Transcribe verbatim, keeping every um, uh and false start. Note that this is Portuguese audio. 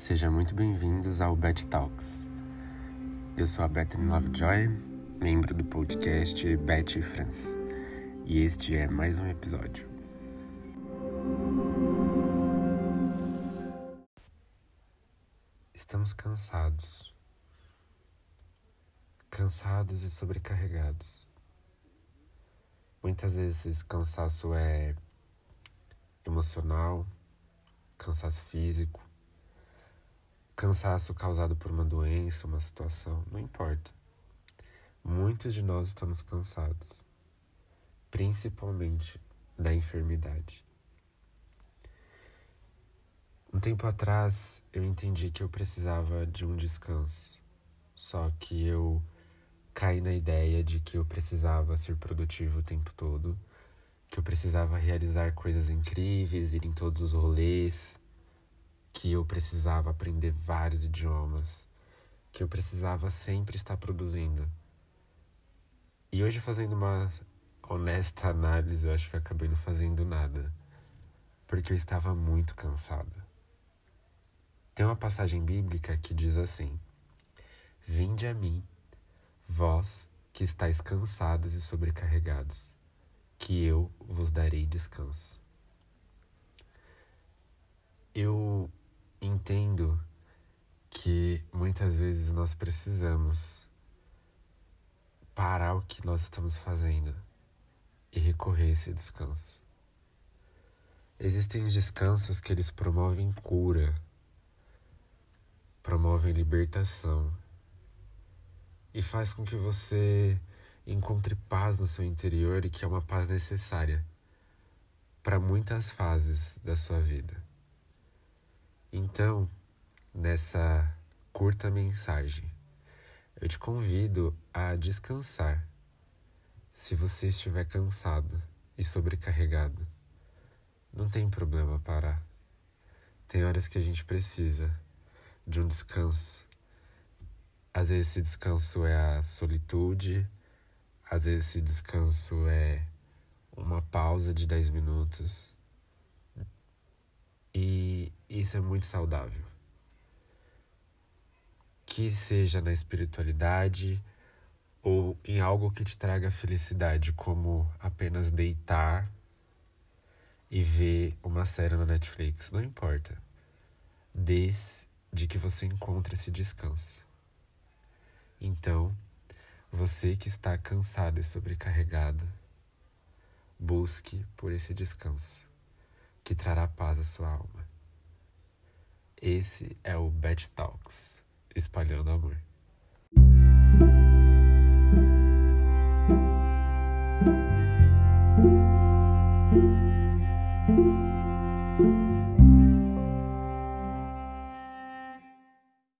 Sejam muito bem-vindos ao Bet Talks. Eu sou a Bethany Lovejoy, membro do podcast Bet France, e este é mais um episódio. Estamos cansados. Cansados e sobrecarregados. Muitas vezes esse cansaço é emocional, cansaço físico, cansaço causado por uma doença, uma situação, não importa. Muitos de nós estamos cansados, principalmente da enfermidade. Um tempo atrás, eu entendi que eu precisava de um descanso, só que eu caí na ideia de que eu precisava ser produtivo o tempo todo, que eu precisava realizar coisas incríveis, ir em todos os rolês, que eu precisava aprender vários idiomas, que eu precisava sempre estar produzindo. E hoje, fazendo uma honesta análise, eu acho que eu acabei não fazendo nada, porque eu estava muito cansado. Tem uma passagem bíblica que diz assim: Vinde a mim, vós que estáis cansados e sobrecarregados, que eu vos darei descanso. Eu entendo que muitas vezes nós precisamos parar o que nós estamos fazendo e recorrer a esse descanso. Existem descansos que eles promovem cura, promovem libertação e faz com que você encontre paz no seu interior, e que é uma paz necessária para muitas fases da sua vida. Então, nessa curta mensagem, eu te convido a descansar. Se você estiver cansado e sobrecarregado, não tem problema parar. Tem horas que a gente precisa de um descanso. Às vezes esse descanso é a solitude, às vezes esse descanso é uma pausa de dez minutos. E isso é muito saudável. Que seja na espiritualidade ou em algo que te traga felicidade, como apenas deitar e ver uma série na Netflix, não importa. Desde que você encontre esse descanso. Então, você que está cansado e sobrecarregado, busque por esse descanso, que trará paz à sua alma. Esse é o Bet Talks, espalhando amor. Thank you.